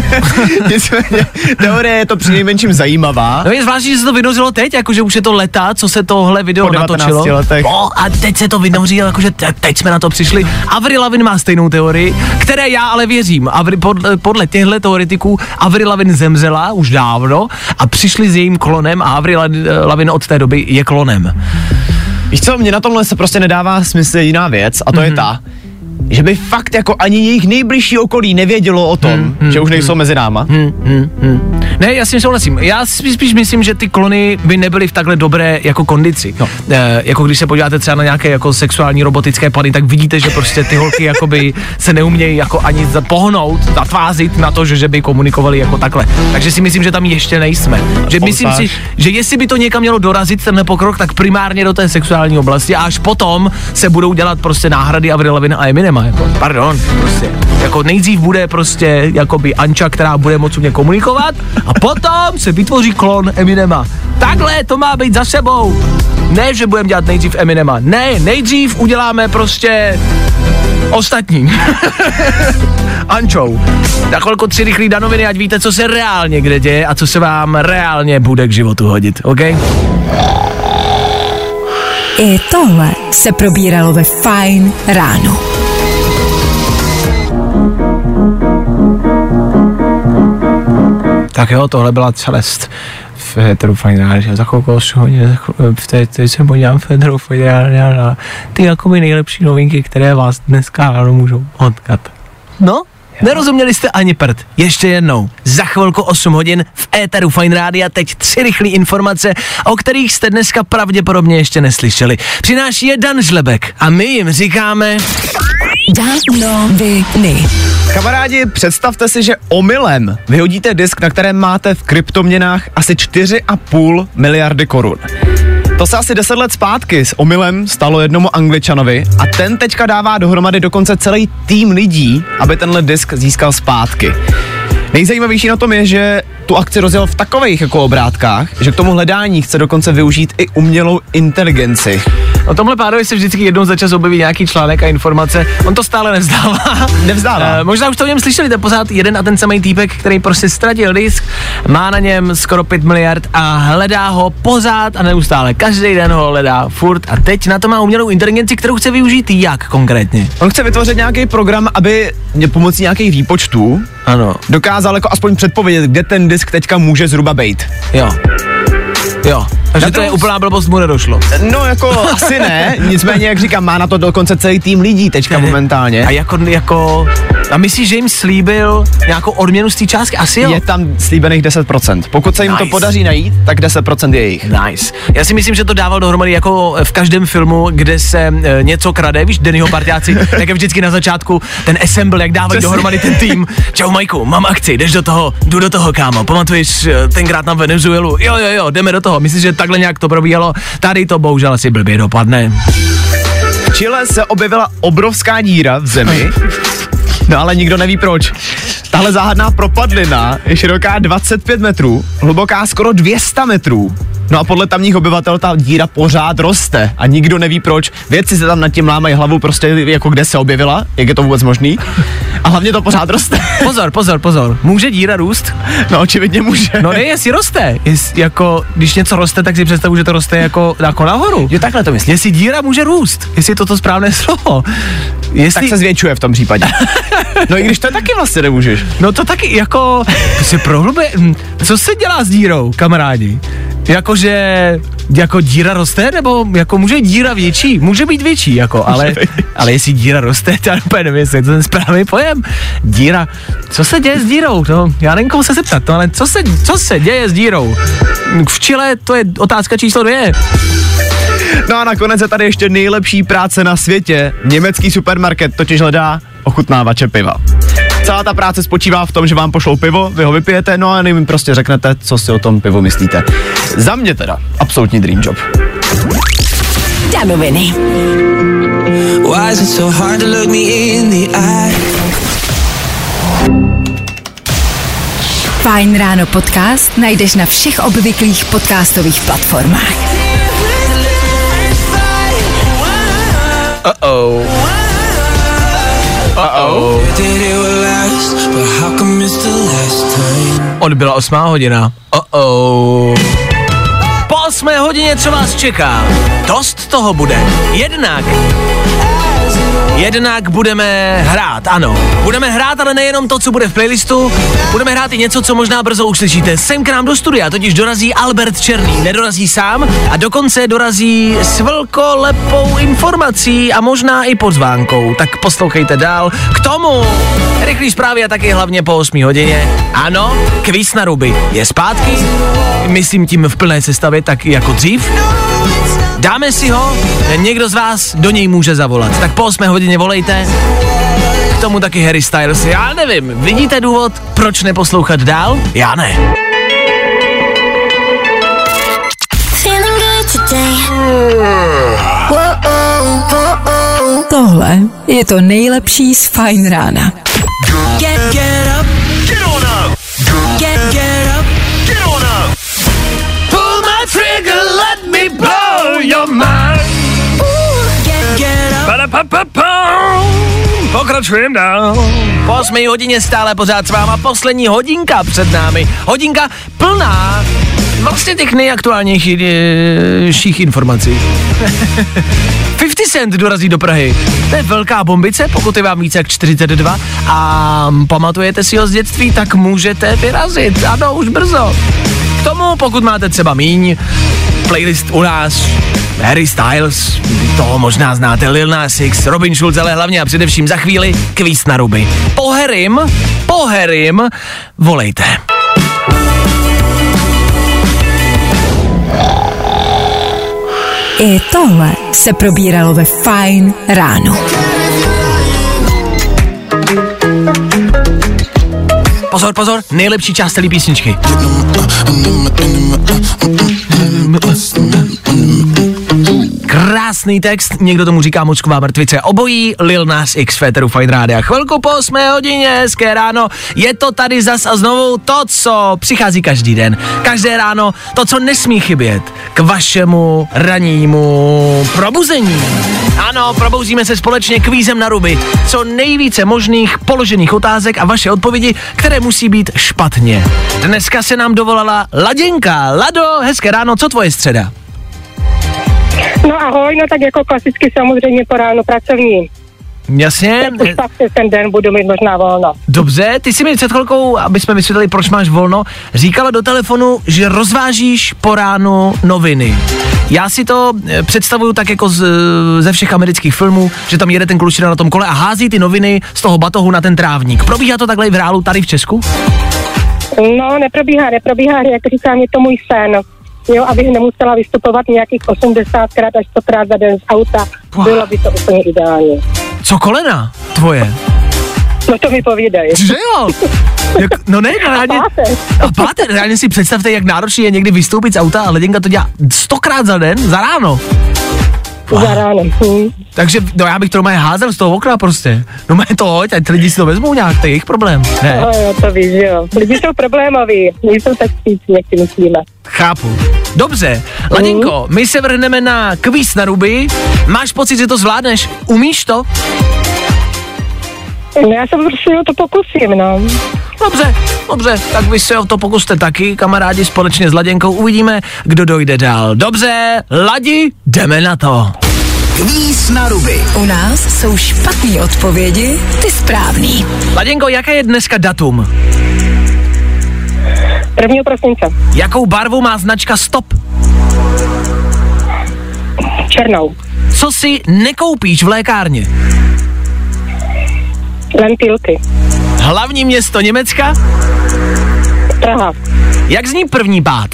Nicméně, teorie je to přinejmenším zajímavá.
No je zvláštní, že se to vynořilo teď, jakože už je to leta, co se tohle video natočilo.
Letech.
No, a teď se to vynoří, jakože teď jsme na to přišli. Avril Lavigne má stejnou teorii, které já ale věřím. Avril, podle, podle těchto teoretiků Avril Lavigne zemřela už dávno a přišli s jejím klonem a Avril Lavigne od té doby je klonem.
Víš co, mně na tomhle se prostě nedává smysl jiná věc a to mm-hmm. je ta, že by fakt jako ani jejich nejbližší okolí nevědělo o tom, hmm, hmm, že už nejsou hmm, mezi náma.
Hmm, hmm, hmm. Ne, já s tím souhlasím. Já spíš, spíš myslím, že ty klony by nebyly v takhle dobré jako kondici. No. E, jako když se podíváte třeba na nějaké jako sexuální robotické plany, tak vidíte, že prostě ty holky jakoby se neumějí jako ani pohnout, zatvázit na to, že, že by komunikovali jako takhle. Takže si myslím, že tam ještě nejsme. Že myslím si, že jestli by to někam mělo dorazit tenhle pokrok, tak primárně do té sexuální oblasti a až potom se budou dělat prostě náhrady Avril Lavigne a Eminem. Jako, pardon, prostě, jako nejdřív bude prostě jakoby Anča, která bude moct umět komunikovat a potom se vytvoří klon Eminema. Takhle to má být za sebou. Ne, že budeme dělat nejdřív Eminema. Ne, nejdřív uděláme prostě ostatní. Ančou. Na chvilku tři rychlý danoviny, ať víte, co se reálně kde děje a co se vám reálně bude k životu hodit, OK?
I tohle se probíralo ve Fajn ráno.
Tak jo, tohle byla Celest v Heteru Fajn ráno. Za chvilku osm hodin, v té, teď se podívám v Heteru Fajn ráno. Ty jakoby nejlepší novinky, které vás dneska ráno můžou potkat. No? Nerozuměli jste ani prd. Ještě jednou. Za chvilku osm hodin v éteru Fajn rádia teď tři rychlé informace, o kterých jste dneska pravděpodobně ještě neslyšeli. Přináší je Dan Žlebek a my jim říkáme...
Danoviny.
Kamarádi, představte si, že omylem vyhodíte disk, na kterém máte v kryptoměnách asi čtyři a půl miliardy korun. To se asi deset let zpátky s omylem stalo jednomu Angličanovi a ten teďka dává dohromady dokonce celý tým lidí, aby tenhle disk získal zpátky. Nejzajímavější na tom je, že tu akci rozjel v takových jako obrátkách, že k tomu hledání chce dokonce využít i umělou inteligenci.
O tomhle pádovi se vždycky jednou za čas objeví nějaký článek a informace. On to stále nevzdává.
Nevzdává.
E, možná už to o něm slyšeli, to je pořád jeden a ten samý týpek, který prostě ztratil disk, má na něm skoro pět miliard a hledá ho pořád a neustále. Každý den ho hledá furt a teď na to má umělou inteligenci, kterou chce využít jak konkrétně.
On chce vytvořit nějaký program, aby pomocí nějakých výpočtů
ano.
dokázal jako aspoň předpovědět, kde ten disk teďka může zhruba bejt.
Jo. Jo. Takže
Na
to je
druhou-
úplná blbost, mu nedošlo.
No jako asi ne, nicméně jak říkám, má na to dokonce celý tým lidí teďka momentálně.
A jako, jako, a myslíš, že jim slíbil nějakou odměnu z té částky? Asi jo.
Je tam slíbených deset procent. Pokud se jim
Nice.
to podaří najít, tak deset procent je jejich.
Nice. Já si myslím, že to dával dohromady jako v každém filmu, kde se e, něco krade, víš, Dannyho parťáci, tak je vždycky na začátku ten assemble, jak dávají dohromady ten tým. Čau Majku, mám akci, jdeš do toho, jdu do toho, kámo, pamatuješ e, tenkrát na Venezuelu, jo, jo, jo, jdeme do toho. Myslíš, že takhle nějak to probíhalo? Tady to bohužel asi blbě dopadne.
V Chile se objevila obrovská díra v zemi, no ale nikdo neví proč. Tahle záhadná propadlina je široká dvacet pět metrů, hluboká skoro dvě stě metrů. No a podle tamních obyvatel ta díra pořád roste a nikdo neví proč. Vědci se tam nad tím lámají hlavu, prostě jako kde se objevila, jak je to vůbec možný. A hlavně to pořád roste.
Pozor, pozor, pozor. Může díra růst?
No očividně může.
No ne, jestli roste. Jest, jako, když něco roste, tak si představu, že to roste jako, jako nahoru.
Jo, takhle to myslím.
Jestli díra může růst, jestli je to to správné slovo. Jestli...
Tak se zvětšuje v tom případě. No i když to taky vlastně nemůžeš.
No to taky jako, to se prohlubuje, co se dělá s dírou, kamarádi? Jakože, jako díra roste, nebo jako může díra větší? Může být větší, jako, ale, ale jestli díra roste, já úplně nevím, jestli je to ten správný pojem. Díra, co se děje s dírou? To, já nevím, komu se zeptat, no, ale co se, co se děje s dírou? V Chile to je otázka číslo dvě.
No a nakonec je tady ještě nejlepší práce na světě. Německý supermarket totiž hledá ochutnávače piva. Celá ta práce spočívá v tom, že vám pošlou pivo, vy ho vypijete, no a jim prostě řeknete, co si o tom pivu myslíte. Za mě teda absolutní dream job.
Danoviny.
Why is it so hard to look me in the eye?
Fajn ráno podcast najdeš na všech obvyklých podcastových platformách.
Uh-oh. Uh-oh.
Did it will last, but how come it's the last time?
Odbyla osmá hodina. Uh-oh. Po osmé hodině, co vás čeká? Dost toho bude. Jednak. Jednak budeme hrát, ano. Budeme hrát, ale nejenom to, co bude v playlistu. Budeme hrát i něco, co možná brzo uslyšíte. Sem k nám do studia totiž dorazí Albert Černý. Nedorazí sám a dokonce dorazí s velkolepou informací a možná i pozvánkou. Tak poslouchejte dál. K tomu rychlý zprávy a taky hlavně po osmé hodině. Ano, kvíz na ruby je zpátky. Myslím tím v plné sestavě, tak jako dřív. Dáme si ho, někdo z vás do něj může zavolat. Tak po osmé hodině volejte. K tomu taky Harry Styles. Já nevím, vidíte důvod, proč neposlouchat dál? Já ne.
Tohle je to nejlepší z Fajn rána.
Get, get up. Get on up. Get, get up. Get on up.
Pull my trigger, let me blow your mind.
Get, get up.
Ba-da-pa-pa-pa. Pokračujeme dál. Po osmé hodině stále pořád s váma poslední hodinka před námi. Hodinka plná vlastně těch nejaktuálnějších informací. padesát Cent dorazí do Prahy. To je velká bombice, pokud je vám více jak čtyřicet dva a pamatujete si ho z dětství, tak můžete vyrazit. Ano, už brzo. K tomu, pokud máte třeba míň, playlist u nás, Harry Styles, toho možná znáte, Lil Nas X, Robin Schulz, ale hlavně a především za chvíli kvíz na ruby. Po Harrym, po Harrym, volejte.
I tohle se probíralo ve Fajn ráno.
Pozor, pozor, nejlepší část celé písničky. Krásný text, někdo tomu říká Mozková mrtvice. Obojí Lil Nas X v éteru Fajn rádia. Chvilku po osmé hodině, hezké ráno. Je to tady zas a znovu to, co přichází každý den. Každé ráno, to, co nesmí chybět k vašemu rannímu probuzení. Ano, probouzíme se společně kvízem na ruby. Co nejvíce možných položených otázek a vaše odpovědi, které musí být špatně. Dneska se nám dovolala Laděnka. Lado, hezké ráno, co tvoje středa?
No ahoj, no tak jako klasicky samozřejmě po ráno pracovní.
Jasně.
Už tak ten den budu mít možná volno.
Dobře, ty jsi mi před chvilkou, aby jsme vysvětlili, proč máš volno, říkala do telefonu, že rozvážíš po ránu noviny. Já si to představuju tak jako z, ze všech amerických filmů, že tam jede ten klučina na tom kole a hází ty noviny z toho batohu na ten trávník. Probíhá to takhle i v reálu tady v Česku?
No, neprobíhá, neprobíhá, jak říkám, je to můj sen. Jo, abych nemusela vystupovat nějakých osmdesátkrát až stokrát za den z auta. Wow. Bylo by to úplně ideální.
Co kolena tvoje?
No to mi povídej.
Že jo? Jak, no ne, reálně. A páteř. A páteř, reálně si představte, jak náročný je někdy vystoupit z auta a Leděnka to dělá stokrát za den, za ráno.
Wow. Za ráno. Hm.
Takže, no já bych to doma házel z toho okna prostě. No má to hoď, ať ty lidi si to vezmou nějak, to je jejich problém. Ne.
No jo, to víš, jo. Lidi jsou problémoví, nejsou tak vstřícní, jak si myslíme.
Chápu. Dobře, Laděnko, my se vrhneme na kvíz na ruby. Máš pocit, že to zvládneš? Umíš to?
No já se prostě o to pokusím, no.
Dobře, dobře, tak vy se o to pokuste taky, kamarádi, společně s Laděnkou. Uvidíme, kdo dojde dál. Dobře, Ladi, jdeme na to.
Kvíz na ruby.
U nás jsou špatné odpovědi, ty správný.
Laděnko, jaké je dneska datum?
prvního prosince.
Jakou barvu má značka Stop?
Černou.
Co si nekoupíš v lékárně?
Lentilky.
Hlavní město Německa?
Praha.
Jak zní první pád?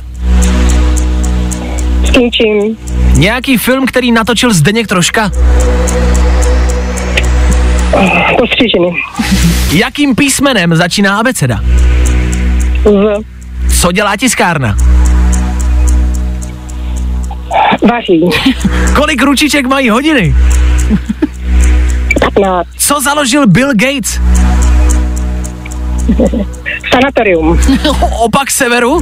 S kýmčím.
Nějaký film, který natočil Zdeněk Troška?
Postřižený.
Jakým písmenem začíná abeceda?
Z.
Co dělá tiskárna?
Vaří.
Kolik ručiček mají hodiny?
patnáct.
Co založil Bill Gates?
Sanatorium.
Opak severu?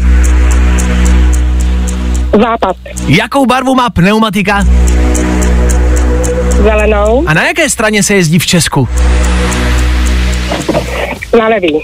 Západ.
Jakou barvu má pneumatika?
Zelenou.
A na jaké straně se jezdí v Česku?
Na levý.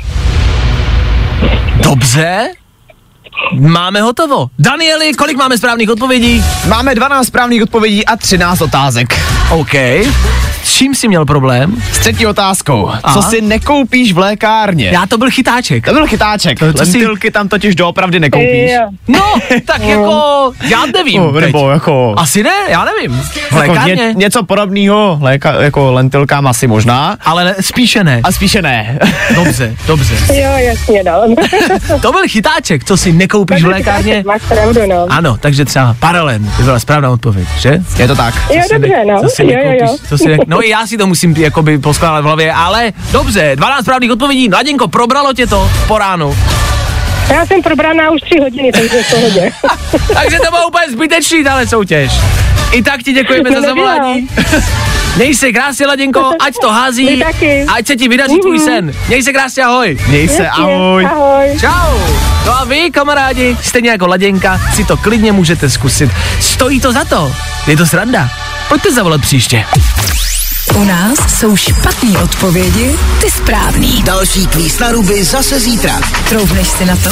Dobře. Máme hotovo. Danieli, kolik máme správných odpovědí?
Máme dvanáct správných odpovědí a třináct otázek.
OK. S čím jsi měl problém?
S třetí otázkou.
Aha.
Co si nekoupíš v lékárně?
Já to byl chytáček.
To byl chytáček.
To,
Lentilky si... tam totiž doopravdy nekoupíš.
Jo.
No, tak jako, já nevím.
No, nebo jako...
Asi ne, já nevím. V
jako
lékárně.
ně, něco podobného, léka, jako lentilkám asi možná.
Ale ne, spíše ne.
A spíše ne.
Dobře, dobře.
Jo, jasně, no.
To byl chytáček, co si nekoupíš v lékárně.
Máš pravdu, no.
Ano, takže třeba paralen, to byla správná odpověď, že?
Je to tak.
Jo, dobře, no.
Co si
Jo, jo, jo.
nekoupíš, co si ne... No i já si to musím jakoby poskládat v hlavě, ale dobře, dvanáct správných odpovědí. Laděnko, probralo tě to po ránu.
Já jsem probraná už tři hodiny, takže je v pohodě.
Takže to bylo úplně zbytečný, tahle soutěž. I tak ti děkujeme za zavolání. Měj se krásně, Laděnko, ať to hází,
Vy taky.
ať se ti vydaří tvůj sen. Měj se krásně, ahoj.
Měj se,
Jasně,
ahoj.
ahoj.
Čau. No a vy, kamarádi, stejně jako Laděnka, si to klidně můžete zkusit. Stojí to za to. Je to sranda. Pojďte zavolat příště.
U nás jsou špatný odpovědi, ty správný.
Další kvíz na ruby zase zítra.
Troufneš si na to?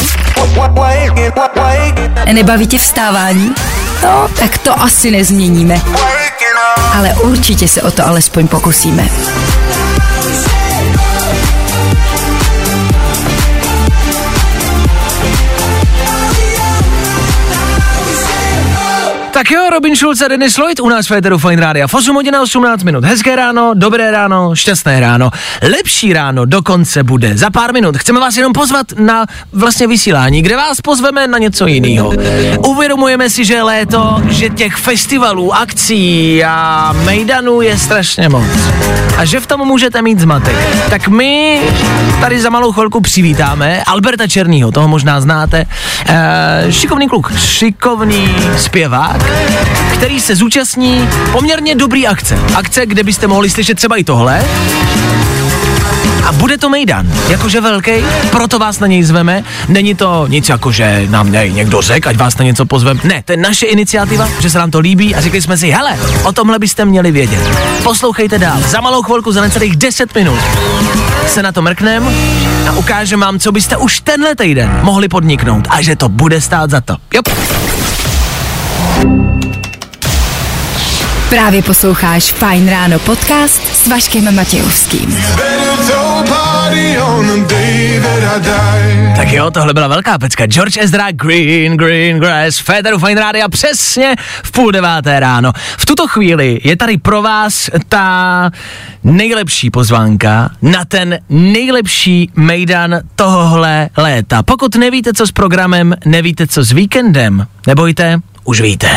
Nebaví tě vstávání? No, tak to asi nezměníme. Ale určitě se o to alespoň pokusíme.
Tak jo, Robin Schulz a Dennis Lloyd u nás v éteru Fine Rádia. V osm hodin a osmnáct minut. Hezké ráno, dobré ráno, šťastné ráno. Lepší ráno dokonce bude za pár minut. Chceme vás jenom pozvat na vlastně vysílání, kde vás pozveme na něco jiného. Uvědomujeme si, že je léto, že těch festivalů, akcí a mejdanů je strašně moc. A že v tom můžete mít zmatek. Tak my tady za malou chvilku přivítáme Alberta Černýho, toho možná znáte. E, šikovný kluk, šikovný zpěvák, který se zúčastní poměrně dobrý akce. Akce, kde byste mohli slyšet třeba i tohle. A bude to mejdan, jakože velký, proto vás na něj zveme. Není to nic jako, že nám něj někdo řekl, ať vás na něco pozveme. Ne, to je naše iniciativa, že se nám to líbí a řekli jsme si, hele, o tomhle byste měli vědět. Poslouchejte dál, za malou chvilku, za necelých deset minut se na to mrknem a ukážem vám, co byste už tenhle týden mohli podniknout a že to bude stát za to. Jo.
Právě posloucháš Fajn ráno podcast s Vaškem Matějovským.
Tak jo, tohle byla velká pecka. George Ezra, Green, Green Grass, Féteru Fine Rádia přesně v půl deváté ráno. V tuto chvíli je tady pro vás ta nejlepší pozvánka na ten nejlepší mejdan tohohle léta. Pokud nevíte, co s programem, nevíte, co s víkendem, nebojte, už víte.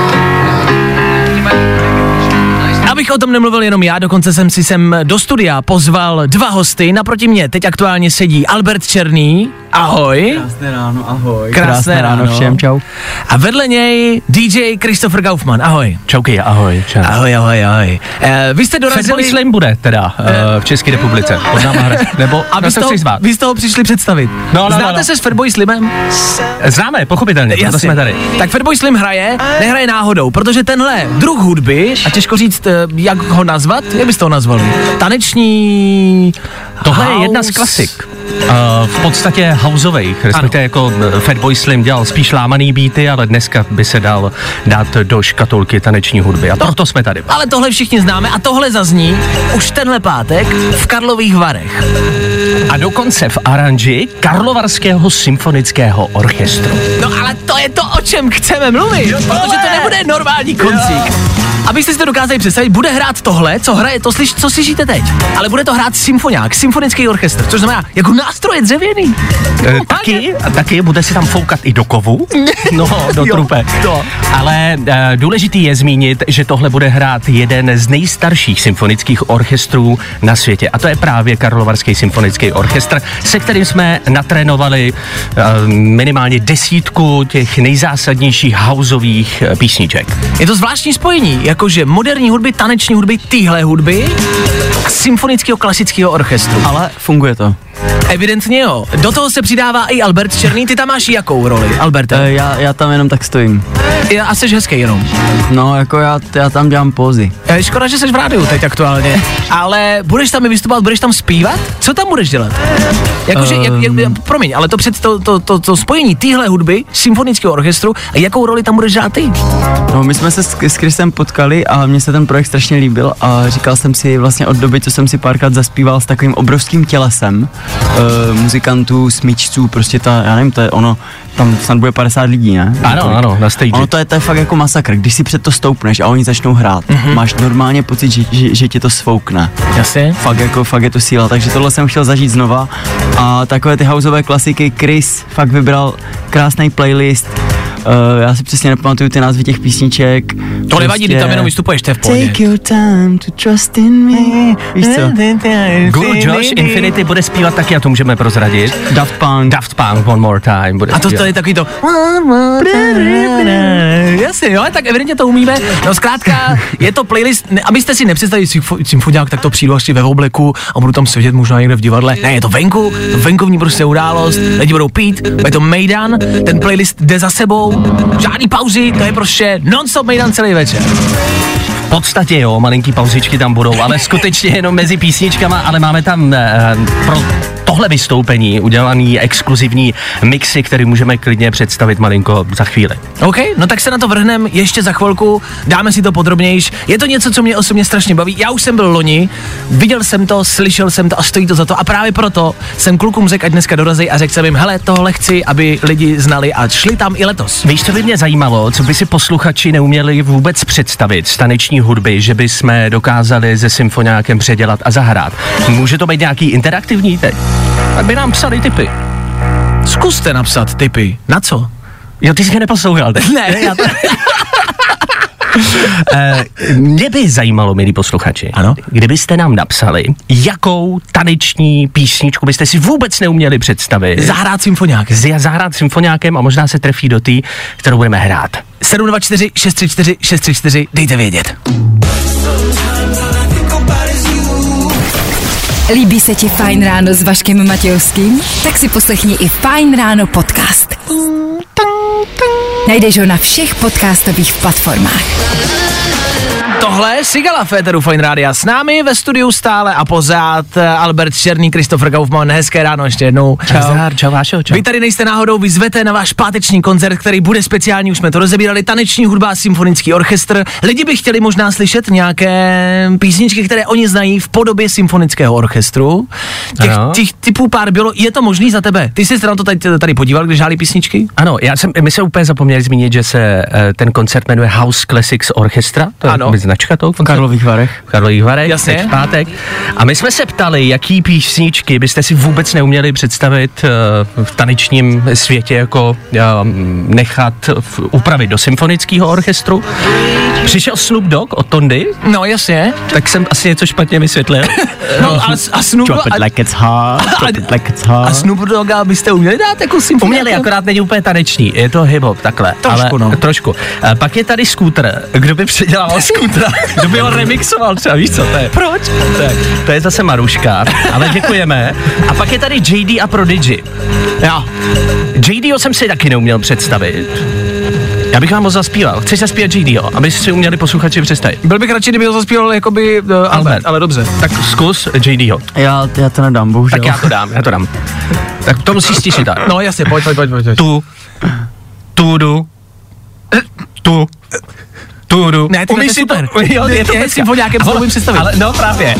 Abych o tom nemluvil jenom já, dokonce jsem si sem do studia pozval dva hosty. Naproti mě teď aktuálně sedí Albert Černý. Ahoj.
Krásné ráno, ahoj.
Krásné, Krásné ráno. ráno všem,
čau.
A vedle něj D J Christopher Kaufmann. Ahoj.
Čauky, ahoj. Čau.
Ahoj, ahoj, ahoj. E, vy jste dorazili...
Fatboy Slim bude teda e, v České republice. Nebo
a vy, z toho, vy z toho přišli představit.
No, no,
Znáte
no, no.
se s Fatboy Slimem?
Známe, pochopitelně, proto jsme tady.
Tak Fatboy Slim hraje, nehraje náhodou, protože tenhle druh hudby, a těžko říct, jak ho nazvat, jak byste ho nazvali? Taneční...
Tohle
house.
Je jedna z klasik. Uh, v podstatě houseových, respektive jako Fatboy Slim dělal spíš lámaný beaty, ale dneska by se dal dát do škatulky taneční hudby a to, proto jsme tady.
Ale tohle všichni známe a tohle zazní už tenhle pátek v Karlových Varech.
A dokonce v aranži Karlovarského symfonického orchestru.
No ale to je to, o čem chceme mluvit, protože to nebude normální koncík. Abyste si to dokázali představit, bude hrát tohle, co hraje, to slyš, co slyšíte teď, ale bude to hrát symfoniák, symfonický orchestr, což znamená jako nástroje dřevěný.
E, taky, taky bude si tam foukat i do kovu, no, do trupe.
Jo,
ale e, důležitý je zmínit, že tohle bude hrát jeden z nejstarších symfonických orchestrů na světě a to je právě Karlovarský symfonický orchestr, se kterým jsme natrénovali e, minimálně desítku těch nejzásadnějších houseových e, písniček.
Je to zvláštní spojení, jakože moderní hudby, taneční hudby, týhle hudby a symfonického klasického orchestru.
Ale funguje to.
Evidentně jo. Do toho se přidává i Albert Černý. Ty tam máš jakou roli, Alberte?
E, já, já tam jenom tak stojím.
Já, a jsi hezký jenom.
No, jako já, já tam dělám pózy.
E, škoda, že jsi v rádiu teď aktuálně. Ale budeš tam i vystupovat, budeš tam zpívat? Co tam budeš dělat? Jakože, um... jak, jak, promiň, ale to před to, to, to, to spojení téhle hudby, symfonického orchestru, a jakou roli tam budeš dělat ty?
No, my jsme se s, s Chrisem potkali a mně se ten projekt strašně líbil a říkal jsem si vlastně od doby, co jsem si párkrát zaspíval s takovým obrovským tělesem, uh, muzikantů, smyčců, prostě ta, já nevím, to je ono, tam snad bude padesát lidí, ne?
Ano,
Kolik?
ano, na stage.
Ono to je, to je fakt jako masakr, když si před to stoupneš a oni začnou hrát, mm-hmm. máš normálně pocit, že, že, že tě to svoukne.
Jasně.
Fakt jako, fakt je to síla, takže tohle jsem chtěl zažít znova a takové ty houseové klasiky, Chris fakt vybral krásný playlist. Uh, já si přesně nepamatuju ty názvy těch písniček.
To nevadí, ty tam jenom vystupuješ, to je v pohodě.
Take your time to trust in me. Víš co?
Guru Josh Infinity bude zpívat taky a to můžeme prozradit.
Daft Punk.
Daft Punk, One More Time. Bude
a to, to je takový to One more time. Jasně, jo, tak evidentně to umíme. No zkrátka, je to playlist, ne, abyste si nepředstavili symfoniák, tak to přijdu až ve obleku a budu tam sedět možná někde v divadle. Ne, je to venku, to venkovní prostě událost, lidi budou pít, je to mejdan, ten playlist jde za sebou, žádný pauzy, to je prostě non-stop mejdan celý večer.
V podstatě jo, malinký pauzičky tam budou, ale skutečně jenom mezi písničkama, ale máme tam eh, pro tohle vystoupení udělaný exkluzivní mixy, který můžeme klidně představit malinko za chvíli.
OK, no tak se na to vrhnem ještě za chvilku, dáme si to podrobnějš. Je to něco, co mě osobně strašně baví. Já už jsem byl loni, viděl jsem to, slyšel jsem to a stojí to za to a právě proto jsem klukům řekl, ať dneska dorazí a řekl jsem jim, hele, tohle chci, aby lidi znali a šli tam i letos.
Víš, co by mě zajímalo, co by si posluchači neuměli vůbec představit z taneční hudby, že by jsme dokázali se symfoniákem předělat a zahrát. Může to být nějaký interaktivní teď? Tak by nám psali tipy.
Zkuste napsat tipy. Na co?
Jo, ty jsi mě neposlouchal. Teď.
Ne, já to...
Uh, mě by zajímalo, milí posluchači,
ano?
Kdybyste nám napsali, jakou taneční písničku byste si vůbec neuměli představit.
Zahrát symfoniákem.
Z, zahrát symfoniákem a možná se trefí do té, kterou budeme hrát.
sedm dva čtyři šest tři čtyři šest tři čtyři, dejte vědět.
Líbí se ti Fajn ráno s Vaškem Matějovským? Tak si poslechni i Fajn ráno podcast. Najdeš ho na všech podcastových platformách.
Tohle je Sigala Féteru Fajn rádia. S námi ve studiu stále a pořád Albert Černý, Christopher Kaufmann. Hezké ráno ještě jednou.
Čau. Zdar, čau, Vášo, čau.
Vy tady nejste náhodou, vy zvete na váš páteční koncert, který bude speciální, už jsme to rozebírali, taneční hudba, symfonický orchestr. Lidi by chtěli možná slyšet nějaké písničky, které oni znají v podobě symfonického orchestru. Těch, těch typů pár bylo, je to možný za tebe? Ty jsi se na to tady, tady podíval, když hráli písničky?
Ano, já jsem, my se úplně zapomněli zmínit, že se ten koncert jmenuje House Classics Orchestra. To
ano.
Je značka toho
v Karlových Varech.
V Karlových Varech,
jasně.
Teď v pátek. A my jsme se ptali, jaký písničky byste si vůbec neuměli představit uh, v tanečním světě, jako uh, nechat v, upravit do symfonického orchestru. Přišel Snoop Dogg od Tondy.
No jasně.
Tak jsem asi něco špatně vysvětlil.
No a, a Snoop Dogg...
Drop it like it's hot, drop it like it's hot.
A Snoop Dogga byste uměli dát jako symfoniákem?
Uměli, akorát není úplně taneční. Je to hip-hop, takhle.
Trošku,
ale,
no.
Trošku. Uh, pak je tady Scooter. Kdo by předělával Scootera? Kdo by ho remixoval třeba, víš co to je? Proč? Tak, to je zase Maruška, ale děkujeme. A pak je tady J D a Prodigy.
Já.
J D o jsem si taky neuměl představit. Já bych vám ho zaspíval. Chceš zaspívat J D o, aby si uměli posluchači představit?
Byl bych radši, kdyby ho zaspíval jakoby uh, Albert, Albert, ale dobře.
Tak zkus J D o.
Já, já to nedám, bohužel.
Tak já to dám, já to dám. Tak to musíš stišit. Tak.
No jasně, pojď, pojď, pojď, pojď.
Tu, tu, du, tu, tu, du.
Ne,
umíš si to?
Jo, je to je symfoniákem, co umím představit.
Ale no právě.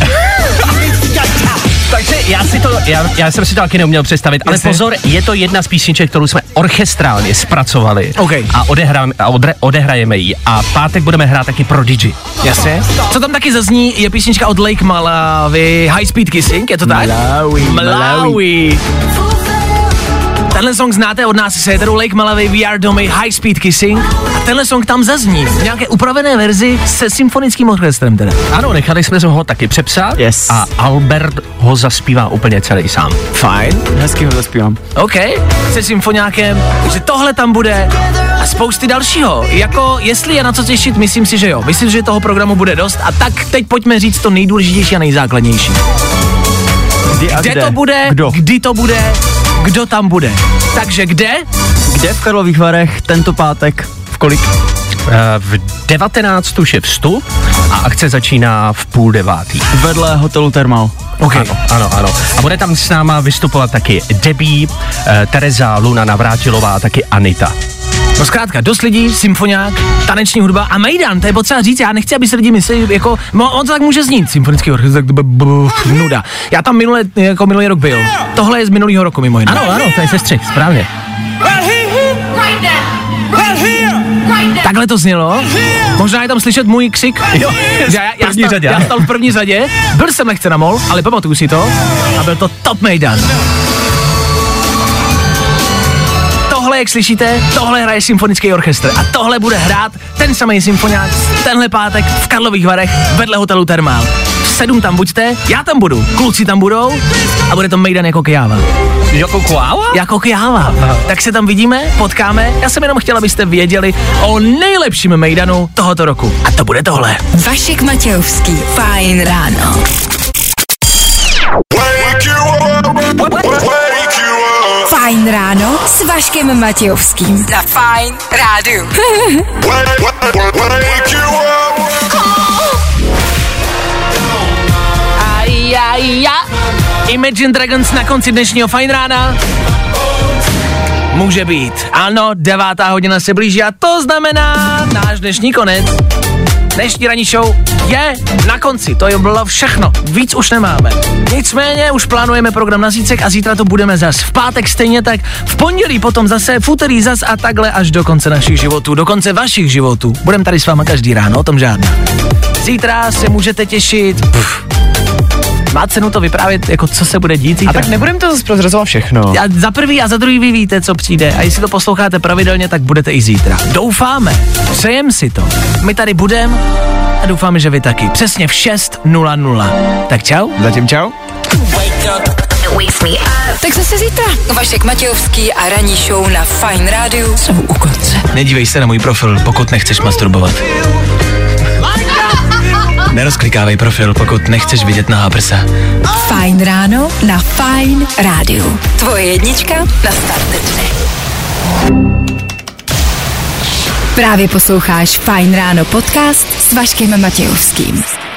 Takže já si to, já, já jsem si to taky neuměl představit, ale
Jasně.
pozor, je to jedna z písniček, kterou jsme orchestrálně zpracovali.
Okay.
A, odehrám, a odre, odehrajeme ji. A v pátek budeme hrát taky Prodigy.
Jasně. Co tam taky zazní, je písnička od Lake Malawi, High Speed Kissing, je to tak?
Malawi,
Malawi. Tenhle song znáte od nás z éteru Lake Malawi, We Are Domy, High Speed Kissing. A tenhle song tam zazní v nějaké upravené verzi se symfonickým orchestrem teda.
Ano, nechali jsme ho taky přepsat.
Yes.
A Albert ho zaspívá úplně celý sám.
Fajn.
Hezky ho zaspívám.
OK, se symfoniákem, takže tohle tam bude a spousty dalšího. Jako, jestli je na co těšit, myslím si, že jo. Myslím, že toho programu bude dost a tak teď pojďme říct to nejdůležitější a nejzákladnější.
Kdy a
Kde
kde?
to bude,
Kdo?
kdy to bude, kdo tam bude. Takže kde?
Kde v Karlových Varech tento pátek? V kolik?
V devatenáct už je vstup a akce začíná v půl devátý.
Vedle hotelu Thermal.
Okay.
Ano, ano, ano. A bude tam s náma vystupovat taky Debbie, eh, Tereza, Luna Navrátilová a taky Anita.
No zkrátka, dost lidí, symfoniák, taneční hudba a Mejdan, to je potřeba říct, já nechci, aby se lidi mysleli, jako, no, on to tak může znít, symfonický orchestr, tak to bude buf, nuda. Já tam minule, jako minulý rok byl. Tohle je z minulého roku mimo jiné.
Ano, ano, to je sestřih, správně.
Takhle to znělo. Možná je tam slyšet můj křik. Jo, já, já,
první
stal,
řadě.
já stal v první řadě, byl jsem lehce na mol, ale pamatuju si to a byl to top Mejdan. Tohle, jak slyšíte, tohle hraje symfonický orchestr a tohle bude hrát ten samý symfoniák tenhle pátek v Karlových Varech vedle hotelu Thermal. V sedm tam buďte, já tam budu, kluci tam budou a bude to Mejdan jako kjáva.
Jako kláva?
Jako kjáva. Tak se tam vidíme, potkáme. Já jsem jenom chtěl, abyste věděli o nejlepším Mejdanu tohoto roku. A to bude tohle.
Vašek Matějovský, Fajn ráno. Fajn ráno s Vaškem Matějovským. Za Fajn rádiu.
ja, ja. Imagine Dragons na konci dnešního Fajn rána. Může být. Ano, devátá hodina se blíží a to znamená náš dnešní konec. Dnešní ranní show je na konci, to je bylo všechno, víc už nemáme. Nicméně už plánujeme program na zítřek a zítra to budeme zas. V pátek stejně tak, v pondělí potom zase, v úterý zas a takhle až do konce našich životů, do konce vašich životů. Budeme tady s váma každý ráno, o tom žádná. Zítra se můžete těšit. Pff. Má cenu to vyprávět, jako co se bude dít zítra.
A tak nebudeme to zase prozrazovat všechno.
A za prvý a za druhý vy víte, co přijde. A jestli to posloucháte pravidelně, tak budete i zítra. Doufáme, přejem si to. My tady budeme a doufáme, že vy taky. Přesně v šest nula nula. Tak čau.
Zatím čau.
Tak zase zítra. Vašek Matějovský a ranní show na Fajn rádiu jsou u konce.
Nedívej se na můj profil, pokud nechceš masturbovat. Nerozklikávej profil, pokud nechceš vidět nahá prsa.
Fajn ráno na Fajn rádiu. Tvoje jednička na start dne. Právě posloucháš Fajn ráno podcast s Vaškem Matějovským.